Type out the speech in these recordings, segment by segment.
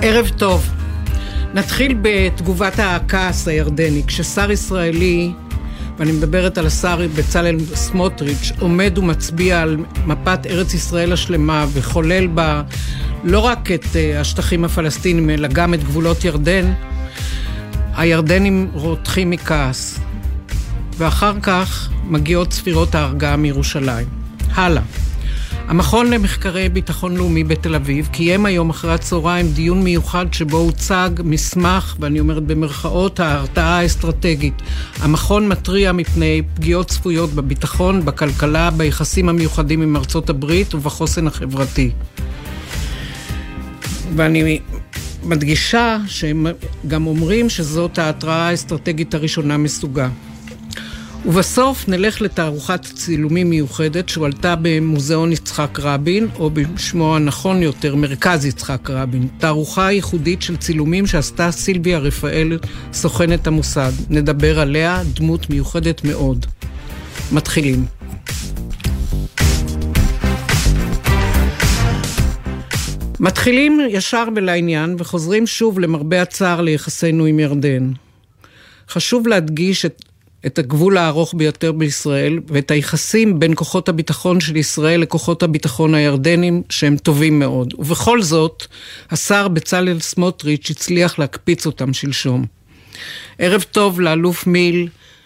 ערב טוב. נתחיל בתגובת הכעס הירדני. כששר ישראלי, ואני מדברת על השר בצלאל סמוטריץ', עומד ומצביע על מפת ארץ ישראל השלמה וחולל בה לא רק את השטחים הפלסטינים אלא גם את גבולות ירדן, הירדנים רותחים מכעס. ואחר כך מגיעות ספירות ההרגעה מירושלים. הלאה. המכון למחקרי ביטחון לאומי בתל אביב קיים היום אחרי הצהריים דיון מיוחד שבו הוצג מסמך, ואני אומרת במרכאות, ההרתעה האסטרטגית. המכון מטריע מפני פגיעות צפויות בביטחון, בכלכלה, ביחסים המיוחדים עם ארצות הברית ובחוסן החברתי. ואני מדגישה שהם גם אומרים שזאת ההתראה האסטרטגית הראשונה מסוגה. ובסוף נלך לתערוכת צילומים מיוחדת שהועלתה במוזיאון יצחק רבין, או בשמו הנכון יותר, מרכז יצחק רבין. תערוכה ייחודית של צילומים שעשתה סילביה רפאל, סוכנת המוסד. נדבר עליה, דמות מיוחדת מאוד. מתחילים. מתחילים ישר ולעניין וחוזרים שוב למרבה הצער ליחסינו עם ירדן. חשוב להדגיש את הגבול הארוך ביותר בישראל, ואת היחסים בין כוחות הביטחון של ישראל לכוחות הביטחון הירדנים, שהם טובים מאוד. ובכל זאת, השר בצלאל סמוטריץ' הצליח להקפיץ אותם שלשום. ערב טוב לאלוף מיל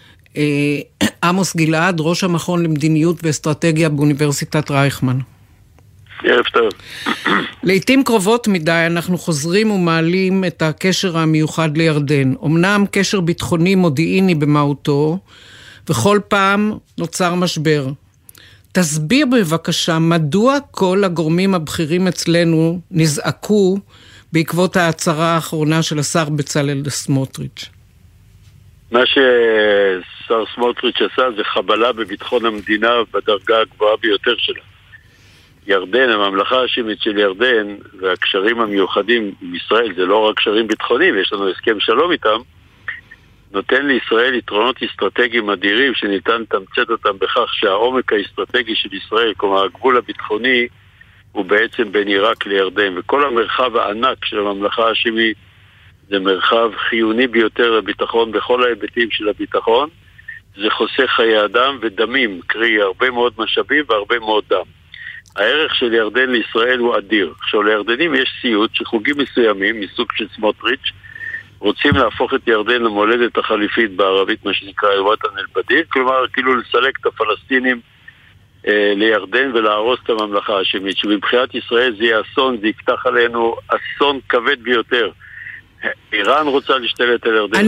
עמוס גלעד, ראש המכון למדיניות ואסטרטגיה באוניברסיטת רייכמן. ערב טוב. לעתים קרובות מדי אנחנו חוזרים ומעלים את הקשר המיוחד לירדן. אמנם קשר ביטחוני מודיעיני במהותו, וכל פעם נוצר משבר. תסביר בבקשה מדוע כל הגורמים הבכירים אצלנו נזעקו בעקבות ההצהרה האחרונה של השר בצלאל סמוטריץ'. מה ששר סמוטריץ' עשה זה חבלה בביטחון המדינה בדרגה הגבוהה ביותר שלה. ירדן, הממלכה השמית של ירדן והקשרים המיוחדים עם ישראל, זה לא רק קשרים ביטחוניים, יש לנו הסכם שלום איתם, נותן לישראל יתרונות אסטרטגיים אדירים שניתן לתמצת אותם בכך שהעומק האסטרטגי של ישראל, כלומר הגבול הביטחוני, הוא בעצם בין עיראק לירדן, וכל המרחב הענק של הממלכה השמית זה מרחב חיוני ביותר לביטחון בכל ההיבטים של הביטחון, זה חוסך חיי אדם ודמים, קרי הרבה מאוד משאבים והרבה מאוד דם. הערך של ירדן לישראל הוא אדיר. עכשיו לירדנים יש סיוט שחוגים מסוימים מסוג של סמוטריץ' רוצים להפוך את ירדן למולדת החליפית בערבית, מה שנקרא וואטן אל-בדיל, כלומר כאילו לסלק את הפלסטינים לירדן ולהרוס את הממלכה השמית, שבבחינת ישראל זה יהיה אסון, זה יפתח עלינו אסון כבד ביותר. איראן רוצה להשתלט על ירדן.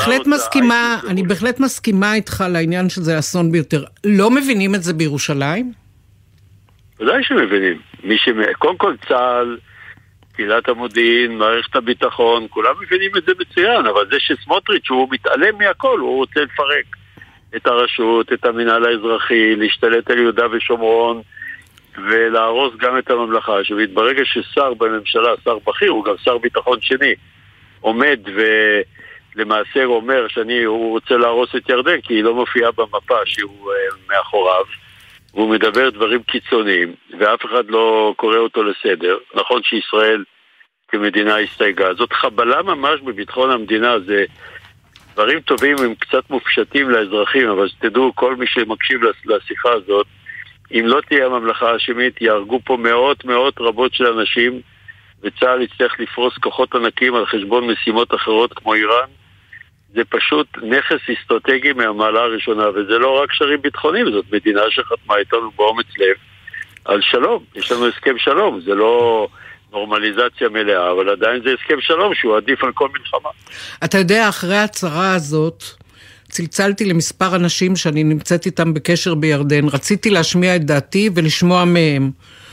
אני בהחלט מסכימה איתך לעניין שזה אסון ביותר. לא מבינים את זה בירושלים? ודאי שמבינים. קודם כל צה"ל, קהילת המודיעין, מערכת הביטחון, כולם מבינים את זה מצוין, אבל זה שסמוטריץ' הוא מתעלם מהכל, הוא רוצה לפרק את הרשות, את המינהל האזרחי, להשתלט על יהודה ושומרון, ולהרוס גם את הממלכה. ברגע ששר בממשלה, שר בכיר, הוא גם שר ביטחון שני, עומד ולמעשה אומר שהוא רוצה להרוס את ירדן, כי היא לא מופיעה במפה שהוא מאחוריו, והוא מדבר דברים קיצוניים, ואף אחד לא קורא אותו לסדר. נכון שישראל כמדינה הסתייגה. זאת חבלה ממש בביטחון המדינה, זה דברים טובים, הם קצת מופשטים לאזרחים, אבל תדעו, כל מי שמקשיב לשיחה הזאת, אם לא תהיה הממלכה השמית, יהרגו פה מאות רבות של אנשים, וצה"ל יצטרך לפרוס כוחות ענקים על חשבון משימות אחרות כמו איראן. זה פשוט נכס אסטרטגי מהמעלה הראשונה, וזה לא רק קשרים ביטחוניים, זאת מדינה שחתמה איתנו באומץ לב על שלום. יש לנו הסכם שלום, זה לא נורמליזציה מלאה, אבל עדיין זה הסכם שלום שהוא עדיף על כל מלחמה. אתה יודע, אחרי ההצהרה הזאת, צלצלתי למספר אנשים שאני נמצאת איתם בקשר בירדן, רציתי להשמיע את דעתי ולשמוע מהם.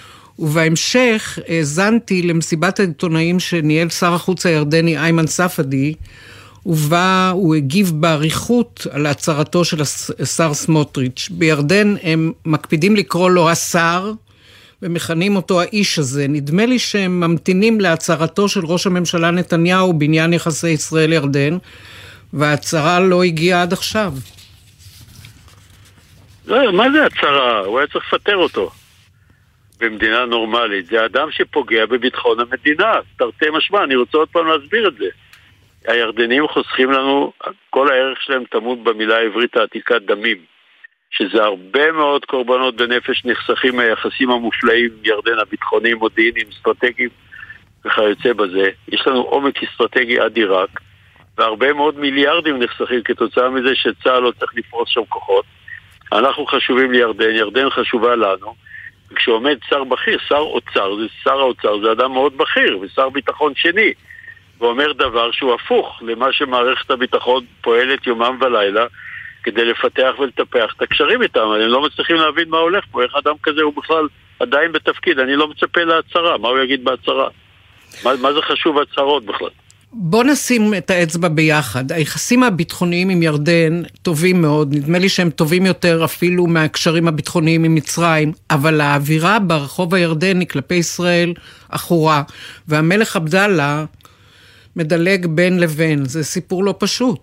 ובהמשך האזנתי למסיבת העיתונאים שניהל שר החוץ הירדני איימן ספדי, ובה הוא הגיב בעריכות על הצהרתו של השר סמוטריץ'. בירדן הם מקפידים לקרוא לו השר, ומכנים אותו האיש הזה. נדמה לי שהם ממתינים להצהרתו של ראש הממשלה נתניהו בעניין יחסי ישראל-ירדן, וההצהרה לא הגיעה עד עכשיו. לא, מה זה הצהרה? הוא היה צריך לפטר אותו. במדינה נורמלית, זה אדם שפוגע בביטחון המדינה. תרתי משמע, אני רוצה עוד פעם להסביר את זה. הירדנים חוסכים לנו, כל הערך שלהם תמות במילה העברית העתיקה דמים, שזה הרבה מאוד קורבנות בנפש נחסכים מהיחסים המופלאים, ירדן הביטחוניים, מודיעיניים, אסטרטגיים וכיוצא בזה. יש לנו עומק אסטרטגי עד עיראק, והרבה מאוד מיליארדים נחסכים כתוצאה מזה שצה"ל לא צריך לפרוס שם כוחות. אנחנו חשובים לירדן, ירדן חשובה לנו, וכשעומד שר בכיר, שר האוצר זה אדם מאוד בכיר, ושר ביטחון שני, ואומר דבר שהוא הפוך למה שמערכת הביטחון פועלת יומם ולילה, כדי לפתח ולטפח את הקשרים איתם. אני לא מצליחים להבין מה הולך פה, איך אדם כזה הוא בכלל עדיין בתפקיד, אני לא מצפה להצהרה, מה הוא יגיד בהצהרה? מה זה חשוב הצהרות בכלל? בוא נשים את האצבע ביחד. היחסים הביטחוניים עם ירדן טובים מאוד, נדמה לי שהם טובים יותר אפילו מהקשרים הביטחוניים עם מצרים, אבל האווירה ברחוב הירדני כלפי ישראל אחורה, והמלך עבדאללה מדלג בין לבין, זה סיפור לא פשוט.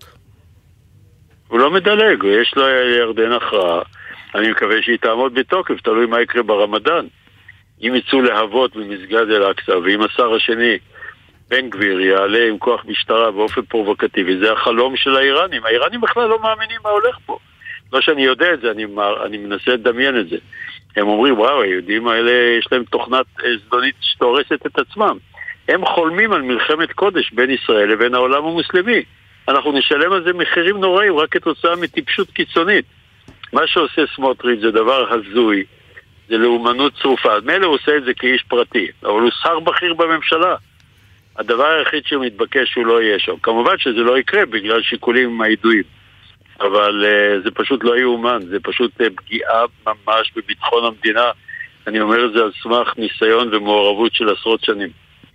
הוא לא מדלג, יש לו ירדן הכרעה, אני מקווה שהיא תעמוד בתוקף, תלוי מה יקרה ברמדאן. אם יצאו להבות ממסגד אל-אקצא, ואם השר השני בן גביר יעלה עם כוח משטרה באופן פרובוקטיבי, זה החלום של האיראנים. האיראנים בכלל לא מאמינים מה הולך פה. לא שאני יודע את זה, אני מנסה לדמיין את זה. הם אומרים, וואו, היהודים האלה יש להם תוכנת זדונית שתורסת את עצמם. הם חולמים על מלחמת קודש בין ישראל לבין העולם המוסלמי. אנחנו נשלם על זה מחירים נוראים רק כתוצאה מטיפשות קיצונית. מה שעושה סמוטריץ' זה דבר הזוי, זה לאומנות צרופה. מילא הוא עושה את זה כאיש פרטי, אבל הוא שר בכיר בממשלה. הדבר היחיד שמתבקש הוא לא יהיה שם. כמובן שזה לא יקרה בגלל שיקולים הידועים, אבל זה פשוט לא יאומן, זה פשוט פגיעה ממש בביטחון המדינה. אני אומר את זה על סמך ניסיון ומעורבות של עשרות שנים.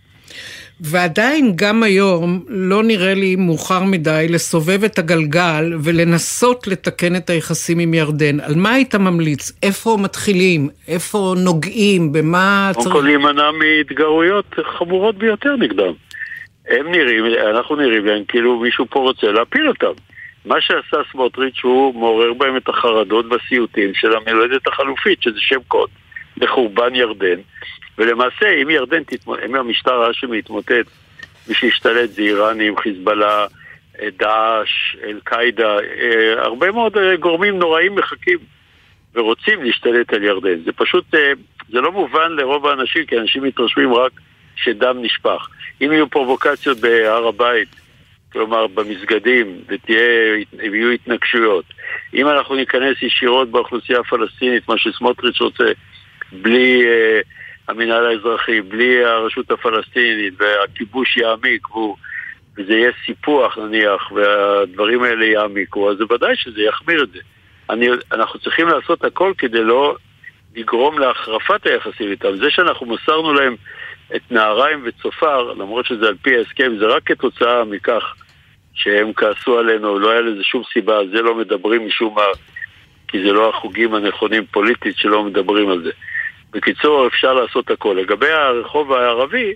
ועדיין גם היום לא נראה לי מאוחר מדי לסובב את הגלגל ולנסות לתקן את היחסים עם ירדן. על מה היית ממליץ? איפה מתחילים? איפה נוגעים? במה צריך? כל להימנע מהתגרויות חמורות ביותר נגדם. אנחנו נראים להם כאילו מישהו פה רוצה להפיל אותם. מה שעשה סמוטריץ' הוא מעורר בהם את החרדות והסיוטים של המולדת החלופית, שזה שם קוד לחורבן ירדן. ולמעשה, אם המשטר האשמי יתמוטט, מי שישתלט זה איראנים, חיזבאללה, דאעש, אל-קאידה, הרבה מאוד גורמים נוראים מחכים ורוצים להשתלט על ירדן. זה פשוט, זה לא מובן לרוב האנשים, כי אנשים מתרשמים רק שדם נשפך. אם יהיו פרובוקציות בהר הבית, כלומר במסגדים, ויהיו התנגשויות, אם אנחנו ניכנס ישירות באוכלוסייה הפלסטינית, מה שסמוטריץ' רוצה, בלי המינהל האזרחי, בלי הרשות הפלסטינית, והכיבוש יעמיק, וזה יהיה סיפוח נניח, והדברים האלה יעמיקו, אז זה ודאי שזה יחמיר את זה. אנחנו צריכים לעשות הכל כדי לא לגרום להחרפת היחסים איתם. זה שאנחנו מסרנו להם את נהריים וצופר, למרות שזה על פי ההסכם, זה רק כתוצאה מכך שהם כעסו עלינו, לא היה לזה שום סיבה, זה לא מדברים משום מה, כי זה לא החוגים הנכונים פוליטית שלא מדברים על זה. בקיצור, אפשר לעשות הכל. לגבי הרחוב הערבי,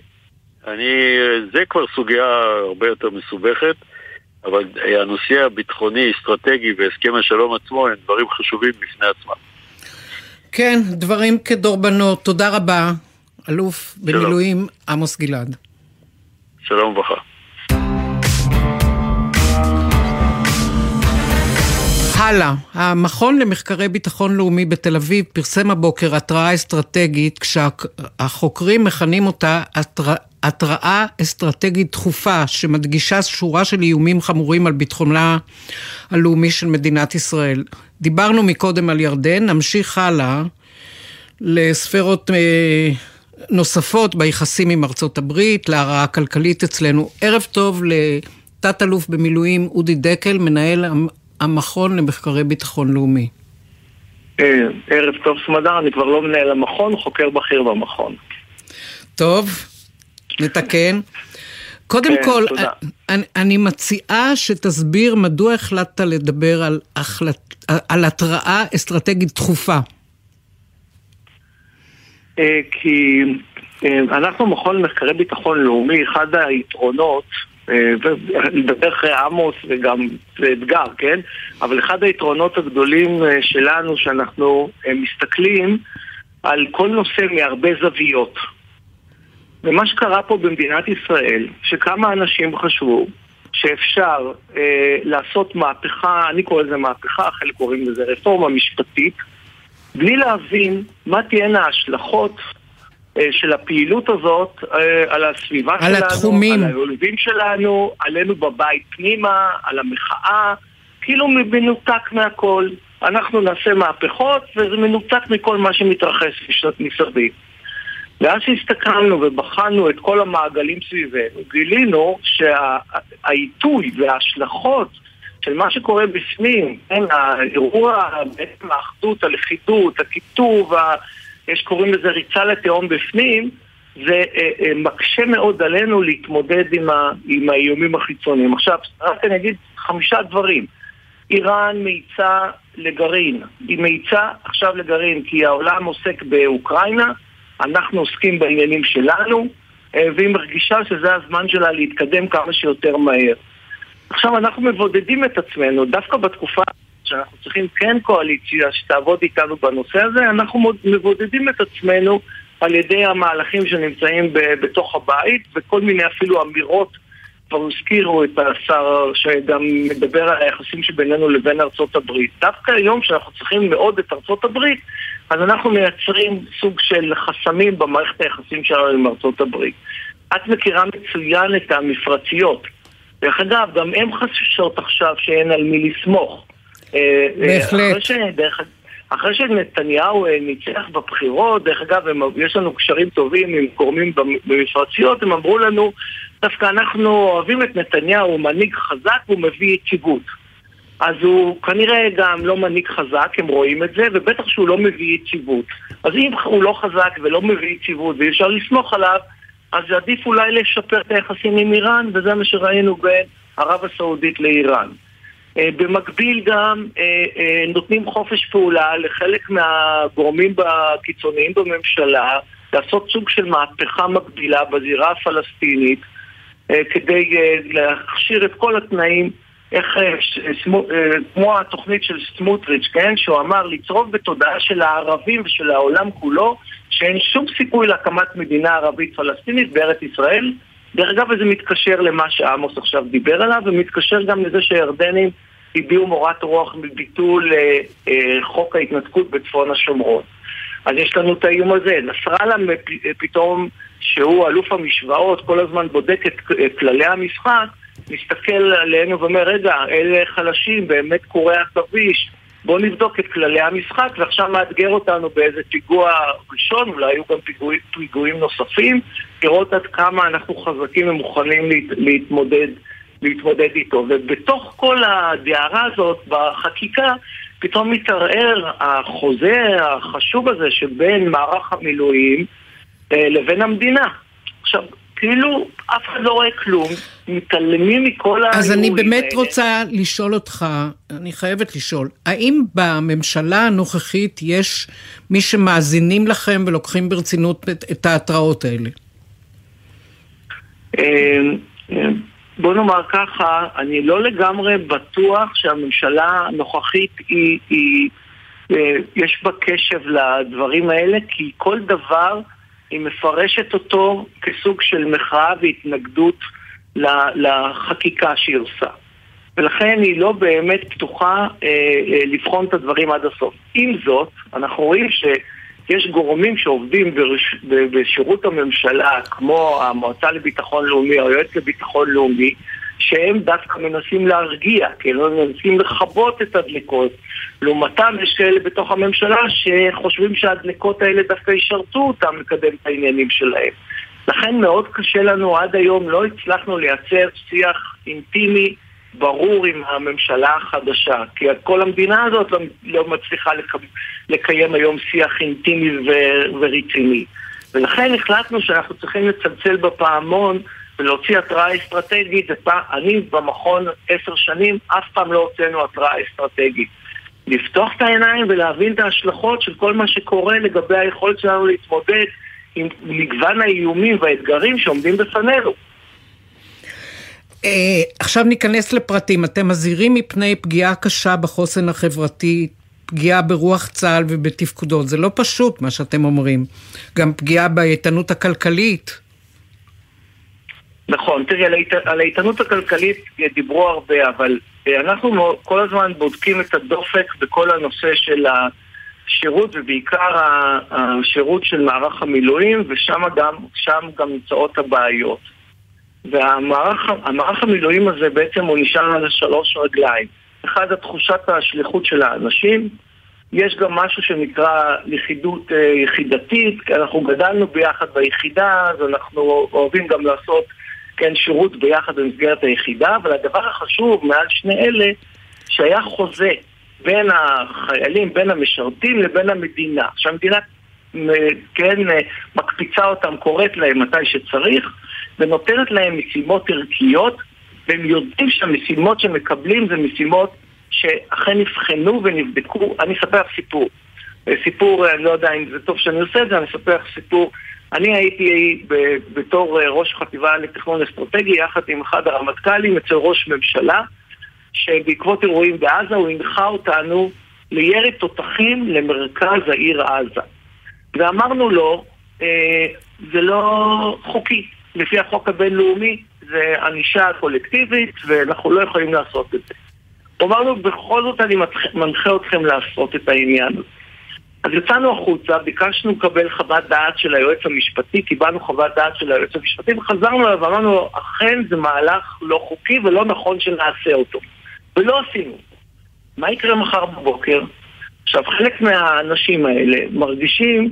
זה כבר סוגיה הרבה יותר מסובכת, אבל הנושא הביטחוני, אסטרטגי והסכם השלום עצמו הם דברים חשובים בפני עצמם. כן, דברים כדורבנות. תודה רבה, אלוף במילואים עמוס גלעד. שלום וברכה. הלאה, המכון למחקרי ביטחון לאומי בתל אביב פרסם הבוקר התראה אסטרטגית, כשהחוקרים מכנים אותה התראה אסטרטגית דחופה, שמדגישה שורה של איומים חמורים על ביטחונה הלאומי של מדינת ישראל. דיברנו מקודם על ירדן, נמשיך הלאה לספרות נוספות ביחסים עם ארצות הברית, להרעה כלכלית אצלנו. ערב טוב לתת אלוף במילואים אודי דקל, מנהל המכון למחקרי ביטחון לאומי. ערב טוב סמדר, אני כבר לא מנהל המכון, חוקר בכיר במכון. טוב, נתקן. קודם כל, אני מציעה שתסביר מדוע החלטת לדבר על התראה אסטרטגית דחופה. כי אנחנו מכון למחקרי ביטחון לאומי, אחד היתרונות, ולדבר אחרי עמוס וגם אתגר, כן? אבל אחד היתרונות הגדולים שלנו שאנחנו מסתכלים על כל נושא מהרבה זוויות. ומה שקרה פה במדינת ישראל, שכמה אנשים חשבו שאפשר לעשות מהפכה, אני קורא לזה מהפכה, חלק קוראים לזה רפורמה משפטית, בלי להבין מה תהיינה ההשלכות של הפעילות הזאת על הסביבה על שלנו, התחומים. על האויבים שלנו, עלינו בבית פנימה, על המחאה, כאילו מנותק מהכל. אנחנו נעשה מהפכות וזה מנותק מכל מה שמתרחש מסביב. ואז שהסתכלנו ובחנו את כל המעגלים סביבנו, גילינו שהעיתוי וההשלכות של מה שקורה בפנים, האירוע, בעצם האחדות, הלכידות, הכיתוב, יש קוראים לזה ריצה לתהום בפנים, זה מקשה מאוד עלינו להתמודד עם האיומים החיצוניים. עכשיו, רק אני אגיד 5 דברים. איראן מאיצה לגרעין. היא מאיצה עכשיו לגרעין כי העולם עוסק באוקראינה, אנחנו עוסקים בעניינים שלנו, והיא מרגישה שזה הזמן שלה להתקדם כמה שיותר מהר. עכשיו אנחנו מבודדים את עצמנו, דווקא בתקופה שאנחנו צריכים כן קואליציה שתעבוד איתנו בנושא הזה, אנחנו מבודדים את עצמנו על ידי המהלכים שנמצאים בתוך הבית, וכל מיני אפילו אמירות, כבר הזכירו את השר שגם מדבר על היחסים שבינינו לבין ארצות הברית. דווקא היום שאנחנו צריכים מאוד את ארצות הברית, אז אנחנו מייצרים סוג של חסמים במערכת היחסים שלנו עם ארצות הברית. את מכירה מצוין את המפרציות. דרך אגב, גם הם חששות עכשיו שאין על מי לסמוך. בהחלט. אחרי שנתניהו ניצח בבחירות, דרך אגב, יש לנו קשרים טובים עם גורמים במפרציות, הם אמרו לנו, דווקא אנחנו אוהבים את נתניהו, הוא מנהיג חזק, הוא מביא יציבות. אז הוא כנראה גם לא מנהיג חזק, הם רואים את זה, ובטח שהוא לא מביא יציבות. אז אם הוא לא חזק ולא מביא יציבות, ואי אפשר לסמוך עליו, אז עדיף אולי לשפר את היחסים עם איראן, וזה מה שראינו בין ערב הסעודית לאיראן. במקביל גם נותנים חופש פעולה לחלק מהגורמים הקיצוניים בממשלה, לעשות סוג של מהפכה מקבילה בזירה הפלסטינית, כדי להכשיר את כל התנאים, כמו התוכנית של סמוטריץ', כן? שהוא אמר לצרוב בתודעה של הערבים ושל העולם כולו, שאין שום סיכוי להקמת מדינה ערבית פלסטינית בארץ ישראל. דרך אגב, זה מתקשר למה שעמוס עכשיו דיבר עליו, ומתקשר גם לזה שירדנים הביאו מורת רוח מביטול חוק ההתנתקות בצפון השומרון. אז יש לנו את האיום הזה. נסראללה פתאום, שהוא אלוף המשוואות, כל הזמן בודק את כללי המשחק, מסתכל עלינו ואומר, רגע, אלה חלשים, באמת קורא הכביש, בואו נבדוק את כללי המשחק, ועכשיו מאתגר אותנו באיזה פיגוע ראשון, אולי היו גם פיגועים נוספים, לראות עד כמה אנחנו חזקים ומוכנים להתמודד איתו. ובתוך כל הדערה הזאת, בחקיקה, פתאום מתערער החוזה החשוב הזה שבין מערך המילואים לבין המדינה. עכשיו, כאילו אף אחד לא רואה כלום, מתעלמים מכל אז אני באמת רוצה לשאול אותך, אני חייבת לשאול, האם בממשלה הנוכחית יש מי שמאזינים לכם ולוקחים ברצינות את ההתראות האלה? בוא נאמר ככה, אני לא לגמרי בטוח שהממשלה הנוכחית יש בה קשב לדברים האלה, כי כל דבר היא מפרשת אותו כסוג של מחאה והתנגדות לחקיקה שהיא עושה. ולכן היא לא באמת פתוחה לבחון את הדברים עד הסוף. עם זאת, אנחנו רואים שיש גורמים שעובדים בשירות הממשלה, כמו המועצה לביטחון לאומי או היועץ לביטחון לאומי, שהם דווקא מנסים להרגיע, כי הם מנסים לחבות את הדלקות. לעומתם יש כאלה בתוך הממשלה שחושבים שהדלקות האלה דווקא ישרתו אותם לקדם את העניינים שלהם. לכן מאוד קשה לנו עד היום, לא הצלחנו לייצר שיח אינטימי ברור עם הממשלה החדשה, כי כל המדינה הזאת לא מצליחה לקיים היום שיח אינטימי ורציני. ולכן החלטנו שאנחנו צריכים לצלצל בפעמון ולהוציא התראה אסטרטגית. אני במכון 10 שנים אף פעם לא הוצאנו התראה אסטרטגית. לפתוח את העיניים ולהבין את ההשלכות של כל מה שקורה לגבי היכולת שלנו להתמודד עם מגוון האיומים והאתגרים שעומדים בפנינו. עכשיו ניכנס לפרטים. אתם מזהירים מפני פגיעה קשה בחוסן החברתי פגיעה ברוח צה"ל ובתפקודות. זה לא פשוט מה שאתם אומרים. גם פגיעה באיתנות הכלכלית. נכון, תראי, על האיתנות הכלכלית דיברו הרבה, אבל אנחנו כל הזמן בודקים את הדופק בכל הנושא של השירות, ובעיקר השירות של מערך המילואים, ושם גם נמצאות הבעיות. והמערך המילואים הזה בעצם הוא נשאר על 3 רגליים. אחד, התחושת השליחות של האנשים. יש גם משהו שנקרא לכידות יחידתית, כי אנחנו גדלנו ביחד ביחידה, אז אנחנו אוהבים גם לעשות שירות ביחד במסגרת היחידה, אבל הדבר החשוב מעל שני אלה, שהיה חוזה בין החיילים, בין המשרתים לבין המדינה. שהמדינה מקפיצה אותם, קוראת להם מתי שצריך, ונותנת להם משימות ערכיות, והם יודעים שהמשימות שמקבלים זה משימות שאכן נבחנו ונבדקו. אני אספר סיפור, אני לא יודע אם זה טוב שאני עושה את זה, אני אספר סיפור. אני הייתי בתור ראש חטיבה לתכנון אסטרטגי, יחד עם אחד הרמטכ"לים אצל ראש ממשלה, שבעקבות אירועים בעזה הוא הנחה אותנו לירי תותחים למרכז העיר עזה. ואמרנו לו, זה לא חוקי. לפי החוק הבינלאומי זה ענישה קולקטיבית ואנחנו לא יכולים לעשות את זה. אמרנו, בכל זאת אני מנחה אתכם לעשות את העניין. אז יצאנו החוצה, ביקשנו לקבל חוות דעת של היועץ המשפטי, קיבלנו חוות דעת של היועץ המשפטי, וחזרנו אליו ואמרנו, אכן זה מהלך לא חוקי ולא נכון שנעשה אותו. ולא עשינו. מה יקרה מחר בבוקר? עכשיו, חלק מהאנשים האלה מרגישים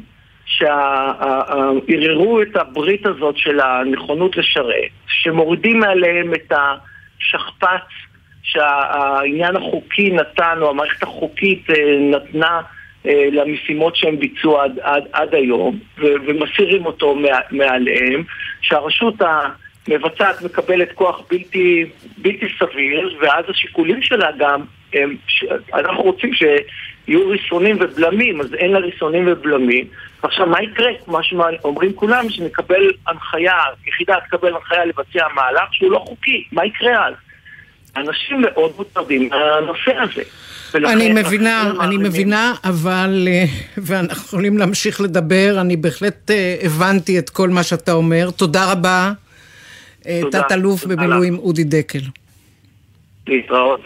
שערערו את הברית הזאת של הנכונות לשרת, שמורידים מעליהם את השכפ"ץ שהעניין החוקי נתן, או המערכת החוקית נתנה למשימות שהם ביצעו עד היום, ומסירים אותו מעליהם, שהרשות המבצעת מקבלת כוח בלתי סביר, ואז השיקולים שלה גם, אנחנו רוצים שיהיו ריסונים ובלמים, אז אין לה ריסונים ובלמים. עכשיו, מה יקרה? מה שאומרים כולם, שנקבל הנחיה, יחידה תקבל הנחיה לבצע מהלך שהוא לא חוקי. מה יקרה אז? אנשים מאוד מוטרדים מהנושא הזה. אני מבינה, אבל, ואנחנו יכולים להמשיך לדבר, אני בהחלט הבנתי את כל מה שאתה אומר. תודה רבה, תת-אלוף במילואים אודי דקל. להתראות.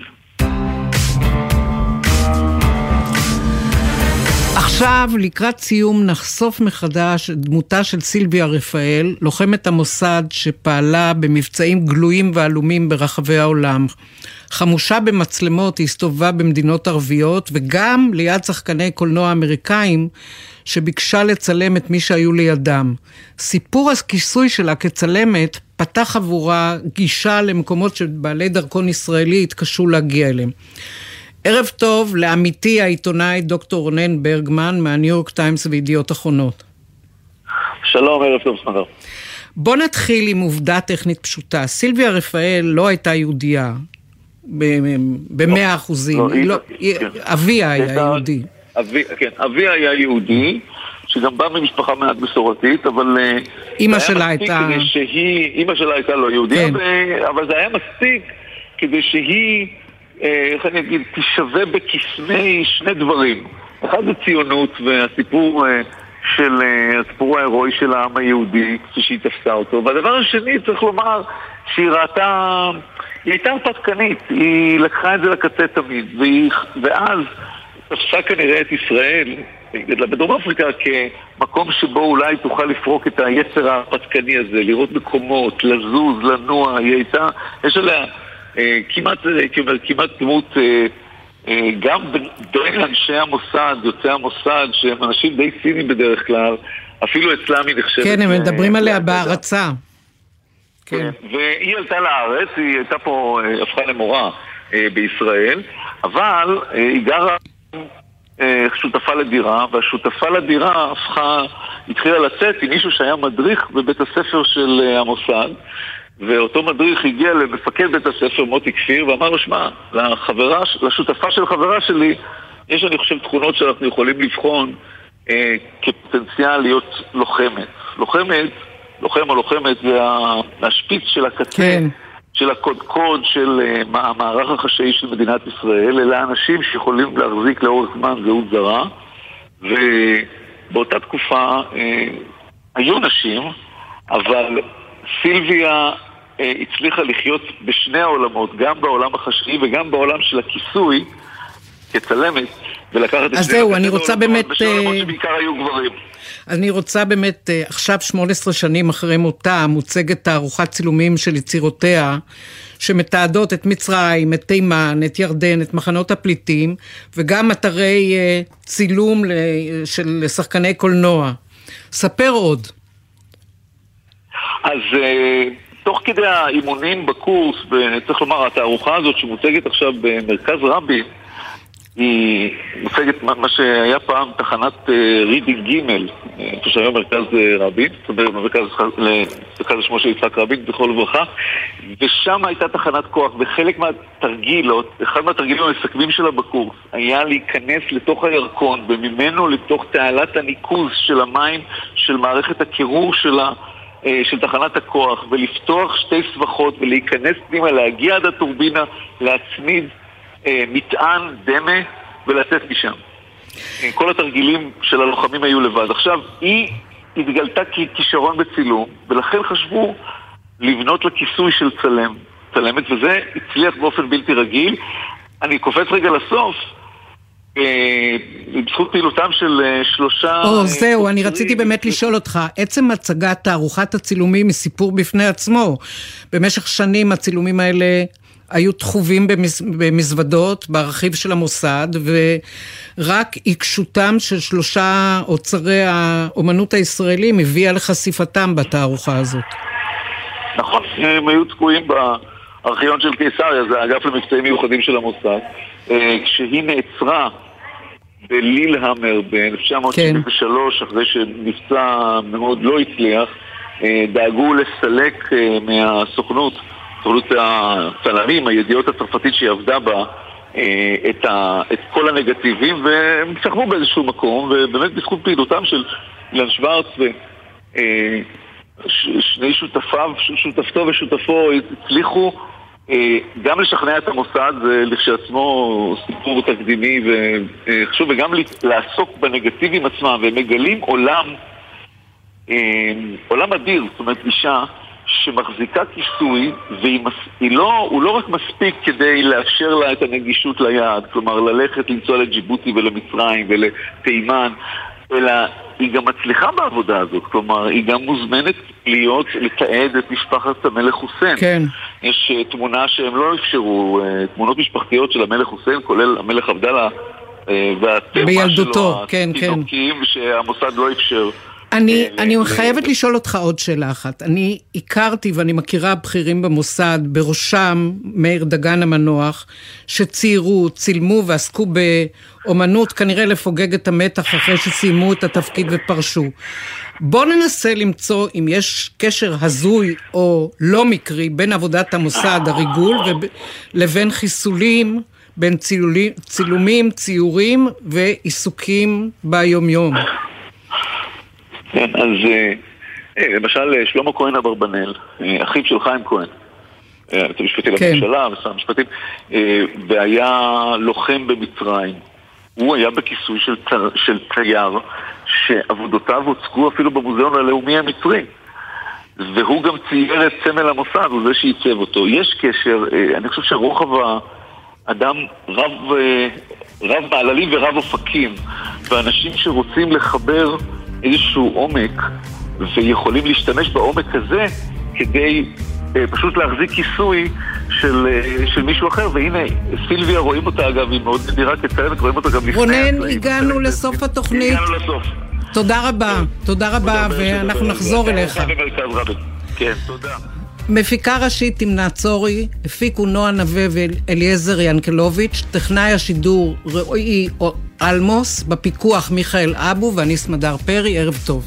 עכשיו, לקראת סיום, נחשוף מחדש דמותה של סילביה רפאל, לוחמת המוסד שפעלה במבצעים גלויים ועלומים ברחבי העולם. חמושה במצלמות, היא הסתובבה במדינות ערביות, וגם ליד שחקני קולנוע אמריקאים, שביקשה לצלם את מי שהיו לידם. סיפור הכיסוי שלה כצלמת פתח עבורה גישה למקומות שבעלי דרכון ישראלי התקשו להגיע אליהם. ערב טוב לעמיתי העיתונאי דוקטור רונן ברגמן מהניו יורק טיימס וידיעות אחרונות. שלום, ערב טוב סמדר. בוא נתחיל עם עובדה טכנית פשוטה. סילביה רפאל לא הייתה יהודייה ב100%. אביה היה יהודי. אביה היה יהודי, שגם בא ממשפחה מעט מסורתית, אבל אמא שלה הייתה... אמא שלה הייתה לא יהודיה, אבל זה היה מספיק כדי שהיא... איך אני אגיד, תשווה בקסמי שני דברים. אחד זה ציונות והסיפור הסיפור ההירואי של העם היהודי, כפי שהיא תפסה אותו. והדבר השני, צריך לומר, שהיא ראתה, היא הייתה פתקנית, היא לקחה את זה לקצה תמיד, ואז תפסה כנראה את ישראל, גדלה בדרום אפריקה, כמקום שבו אולי תוכל לפרוק את היצר הפתקני הזה, לראות מקומות, לזוז, לנוע. היא הייתה, יש עליה כמעט דמות גם בין אנשי המוסד, יוצאי המוסד, שהם אנשים די ציניים בדרך כלל, אפילו אצלם היא נחשבת. כן, הם מדברים עליה בהרצה. כן. והיא עלתה לארץ, היא הייתה פה, הפכה למורה בישראל, אבל היא גרה שותפה לדירה, והשותפה לדירה התחילה לצאת עם מישהו שהיה מדריך בבית הספר של המוסד, ואותו מדריך הגיע למפקד בית הספר מוטי כפיר ואמר לו, שמע, לשותפה של חברה שלי יש, אני חושב, תכונות שאנחנו יכולים לבחון כפוטנציאל להיות לוחמת. לוחם או לוחמת זה השפיץ של הקצה, כן. של הקודקוד של המערך החשאי של מדינת ישראל, אלא אנשים שיכולים להחזיק לאורך זמן זהות זרה, ובאותה תקופה היו נשים, אבל סילביה הצליחה לחיות בשני העולמות, גם בעולם החשאי וגם בעולם של הכיסוי כצלמת, ולקחת אז זהו, אני רוצה באמת... בשני העולמות שבעיקר היו גברים. אני רוצה באמת, עכשיו 18 שנים אחרי מותה, מוצגת תערוכת צילומים של יצירותיה, שמתעדות את מצרים, את תימן, את ירדן, את מחנות הפליטים, וגם אתרי צילום של שחקני קולנוע. ספר עוד. אז תוך כדי האימונים בקורס, צריך לומר, התערוכה הזאת שמוצגת עכשיו במרכז רבין, היא מוצגת מה שהיה פעם תחנת רידינג גימל, שהיום מרכז רבין, מרכז שמו של יצחק רבין, בכל וברכה, ושם הייתה תחנת כוח, וחלק מהתרגילות, אחד מהתרגילים המסכמים שלה בקורס, היה להיכנס לתוך הירקון, וממנו לתוך תעלת הניקוז של המים, של מערכת הקירור שלה, של תחנת הכוח, ולפתוח שתי סבכות, ולהיכנס פנימה, להגיע עד הטורבינה, להצמיד מטען, דמה, ולצאת משם. כל התרגילים של הלוחמים היו לבד. עכשיו, היא התגלתה ככישרון בצילום, ולכן חשבו לבנות לכיסוי של צלמת, וזה הצליח באופן בלתי רגיל. אני קופץ רגע לסוף, בזכות פעילותם של 3... זהו, אני רציתי באמת לשאול אותך, עצם הצגת תערוכת הצילומים היא סיפור בפני עצמו. במשך שנים הצילומים האלה היו תחובים במזוודות, בארכיב של המוסד, ורק עיקשותם של 3 אוצרי האומנות הישראלים הביאה לחשיפתם בתערוכה הזאת. נכון, הם היו תקועים בארכיון של קיסריה, זה האגף למבצעים מיוחדים של המוסד, כשהיא נעצרה בלילהמר ב-1973, אחרי שמבצע מאוד לא הצליח, דאגו לסלק מהסוכנות, סוכנות הצלמים, הידיעות הצרפתית שהיא עבדה בה, את כל הנגטיבים, והם שכבו באיזשהו מקום, ובאמת בזכות פעילותם של אילן שוורץ ושני שותפתו ושותפו הצליחו גם לשכנע את המוסד, זה לכשעצמו סיפור תקדימי וחשוב, וגם לעסוק בנגטיבים עצמם, והם מגלים עולם אדיר, זאת אומרת אישה שמחזיקה כיסוי, הוא לא רק מספיק כדי לאפשר לה את הנגישות ליעד, כלומר ללכת לנסוע לג'יבוטי ולמצרים ולתימן, אלא היא גם מצליחה בעבודה הזאת, כלומר היא גם מוזמנת לתעד את משפחת המלך חוסיין. כן. יש תמונה שהם לא אפשרו, תמונות משפחתיות של המלך חוסיין, כולל המלך עבדאללה והטבע שלו, התינוקים שהמוסד לא אפשר. אני חייבת לשאול אותך עוד שאלה אחת. אני הכרתי ואני מכירה בכירים במוסד, בראשם מאיר דגן המנוח, שציירו, צילמו ועסקו באומנות, כנראה לפוגג את המתח אחרי שסיימו את התפקיד ופרשו. בוא ננסה למצוא אם יש קשר הזוי או לא מקרי בין עבודת המוסד, הריגול, לבין חיסולים, בין צילומים, ציורים ועיסוקים ביום-יום. כן, אז למשל שלמה כהן אברבנאל, אחיו של חיים כהן, היועץ המשפטי לממשלה, ושר המשפטים, והיה לוחם במצרים. הוא היה בכיסוי של צייר, שעבודותיו הוצגו אפילו במוזיאון הלאומי המצרי. והוא גם צייר את סמל המוסד, הוא זה שייצב אותו. יש קשר, אני חושב שרוחב האדם רב מעללים ורב אופקים, ואנשים שרוצים לחבר איזשהו עומק, ויכולים להשתמש בעומק הזה כדי פשוט להחזיק כיסוי של מישהו אחר. והנה, סילביה רואים אותה אגב, היא מאוד נדירה כצלמת, רואים אותה גם לפני. רונן, הגענו לסוף התוכנית. הגענו לסוף. תודה רבה, תודה רבה, ואנחנו נחזור אליך. כן, תודה. מפיקה ראשית תמנה צורי, הפיקו נועה נווה ואליעזר ינקלוביץ', טכנאי השידור רועי אלמוס, בפיקוח מיכאל אבו ואני סמדר פרי. ערב טוב.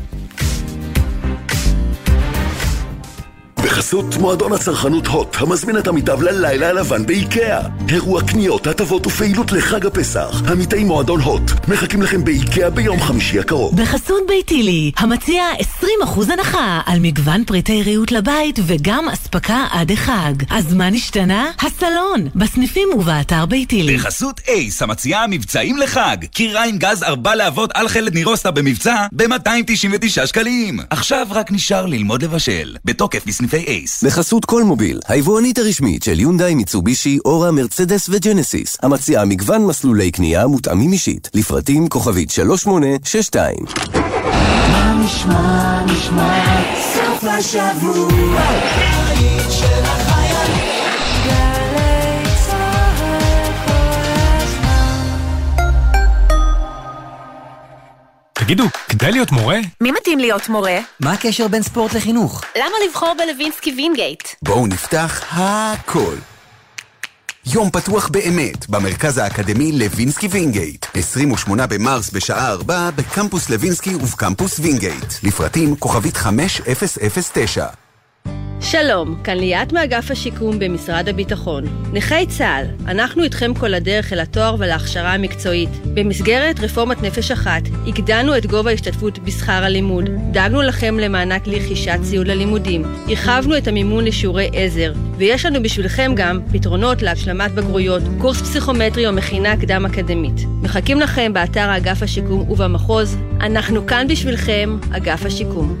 בחסות מועדון הצרכנות הוט, המזמין את עמיתיו ללילה הלבן באיקאה. אירוע קניות, הטבות ופעילות לחג הפסח. עמיתי מועדון הוט מחכים לכם באיקאה ביום חמישי הקרוב. בחסות ביתילי, המציע 20% הנחה על מגוון פריטי ריהוט לבית וגם אספקה עד החג. אז מה נשתנה? הסלון, בסניפים ובאתר ביתילי. בחסות אייס, המציעה מבצעים לחג. קירה עם גז 4 להבות על חלד נירוסטה במבצע ב-299 שקלים. עכשיו רק נשאר ללמוד לבשל. בתוקף בסניפי אייס. בחסות כל מוביל, היבואנית הרשמית של יונדאי, מיצובישי, אורה, מרצדס וג'נסיס. המציעה מגוון מסלולי קנייה מותאמים אישית. לפרטים כוכבית 3862. נשמע סוף השבוע היית של החייל גלי צהל כל הזמן. תגידו, כדאי להיות מורה? מי מתאים להיות מורה? מה הקשר בין ספורט לחינוך? למה לבחור בלווינסקי וינגייט? בואו נפתח הכל. יום פתוח באמת במרכז האקדמי לוינסקי וינגייט. 28 במרס בשעה 4 בקמפוס לוינסקי ובקמפוס וינגייט. לפרטים כוכבית 5009. שלום, כאן ליאת מאגף השיקום במשרד הביטחון. נכי צה"ל, אנחנו איתכם כל הדרך אל התואר ולהכשרה המקצועית. במסגרת רפורמת נפש אחת, הגדלנו את גובה ההשתתפות בשכר הלימוד, דאגנו לכם למענק לרכישת ציוד ללימודים, הרחבנו את המימון לשיעורי עזר, ויש לנו בשבילכם גם פתרונות להשלמת בגרויות, קורס פסיכומטרי או מכינה קדם אקדמית. מחכים לכם באתר אגף השיקום ובמחוז. אנחנו כאן בשבילכם, אגף השיקום.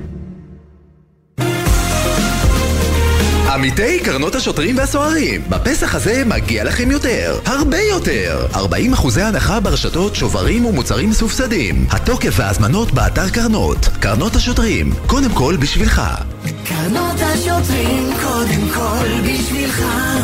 עמיתי קרנות השוטרים והסוהרים, בפסח הזה מגיע לכם יותר, הרבה יותר. 40% הנחה ברשתות, שוברים ומוצרים מסופסדים. התוקף וההזמנות באתר קרנות. קרנות השוטרים, קודם כל בשבילך. קרנות השוטרים, קודם כל בשבילך.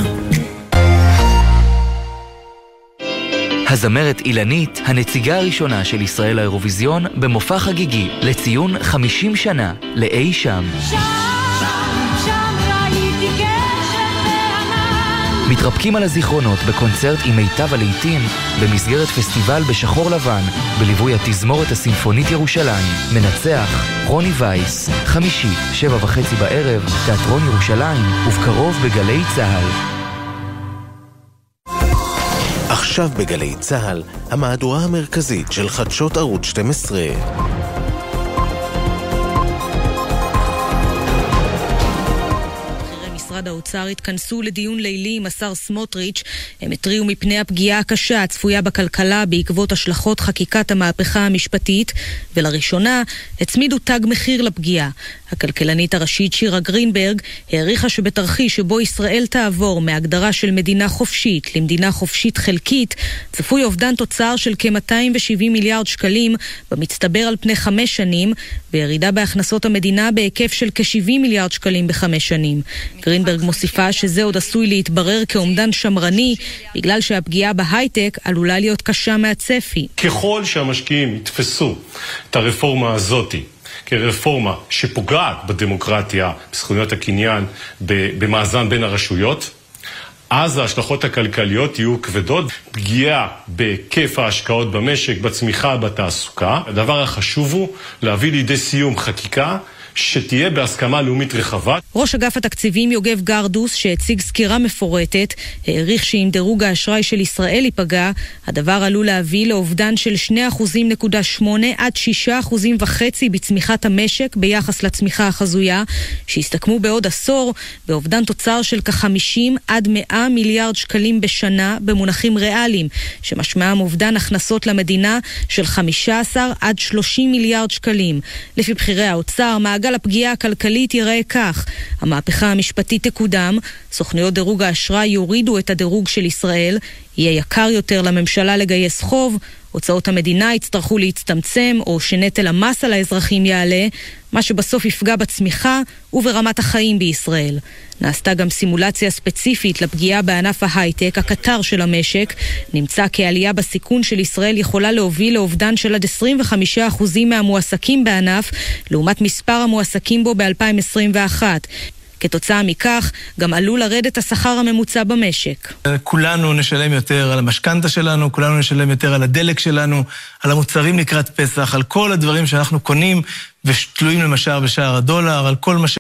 הזמרת אילנית, הנציגה הראשונה של ישראל לאירוויזיון, במופע חגיגי לציון 50 שנה לאי שם. מתרפקים על הזיכרונות בקונצרט עם מיטב הלהיטים במסגרת פסטיבל בשחור לבן בליווי התזמורת הסימפונית ירושלים. מנצח רוני וייס, חמישי 7:30 בערב, תיאטרון ירושלים, ובקרוב בגלי צהל. עכשיו בגלי צהל, המהדורה המרכזית של חדשות ערוץ 12. משרד האוצר התכנסו לדיון לילי עם השר סמוטריץ'. הם התריעו מפני הפגיעה הקשה הצפויה בכלכלה בעקבות השלכות חקיקת המהפכה המשפטית, ולראשונה הצמידו תג מחיר לפגיעה. הכלכלנית הראשית שירה גרינברג העריכה שבתרחיש שבו ישראל תעבור מהגדרה של מדינה חופשית למדינה חופשית חלקית, צפוי אובדן תוצר של כ-270 מיליארד שקלים במצטבר על פני 5 שנים, וירידה בהכנסות המדינה בהיקף של כ-70 מיליארד שקלים ב5 שנים. גרינברג מוסיפה שזה עוד עשוי להתברר כאומדן שמרני, בגלל שהפגיעה בהייטק עלולה להיות קשה מהצפי. ככל שהמשקיעים יתפסו את הרפורמה הזאת כרפורמה שפוגעת בדמוקרטיה, בזכויות הקניין, במאזן בין הרשויות, אז ההשלכות הכלכליות יהיו כבדות, פגיעה בהיקף ההשקעות במשק, בצמיחה, בתעסוקה. הדבר החשוב הוא להביא לידי סיום חקיקה שתהיה בהסכמה לאומית רחבה. ראש אגף התקציבים יוגב גרדוס, שהציג סקירה מפורטת, העריך שאם דירוג האשראי של ישראל ייפגע, הדבר עלול להביא לאובדן של 2.8% עד 6.5% בצמיחת המשק ביחס לצמיחה החזויה, שיסתכמו בעוד עשור באובדן תוצר של כ-50 עד 100 מיליארד שקלים בשנה במונחים ריאליים, שמשמעם אובדן הכנסות למדינה של 15 עד 30 מיליארד שקלים. לפי בחירי האוצר, מעגל הפגיעה הכלכלית ייראה כך: המהפכה המשפטית תקודם, סוכנויות דירוג האשראי יורידו את הדירוג של ישראל, יהיה יקר יותר לממשלה לגייס חוב, הוצאות המדינה יצטרכו להצטמצם או שנטל המס על האזרחים יעלה, מה שבסוף יפגע בצמיחה וברמת החיים בישראל. נעשתה גם סימולציה ספציפית לפגיעה בענף ההייטק, הקטר של המשק. נמצא כי העלייה בסיכון של ישראל יכולה להוביל לאובדן של עד 25% מהמועסקים בענף, לעומת מספר המועסקים בו ב-2021. כתוצאה מכך, גם עלול לרדת השכר הממוצע במשק. כולנו נשלם יותר על המשכנתה שלנו, כולנו נשלם יותר על הדלק שלנו, על המוצרים לקראת פסח, על כל הדברים שאנחנו קונים ותלויים למשל בשער הדולר, על כל מה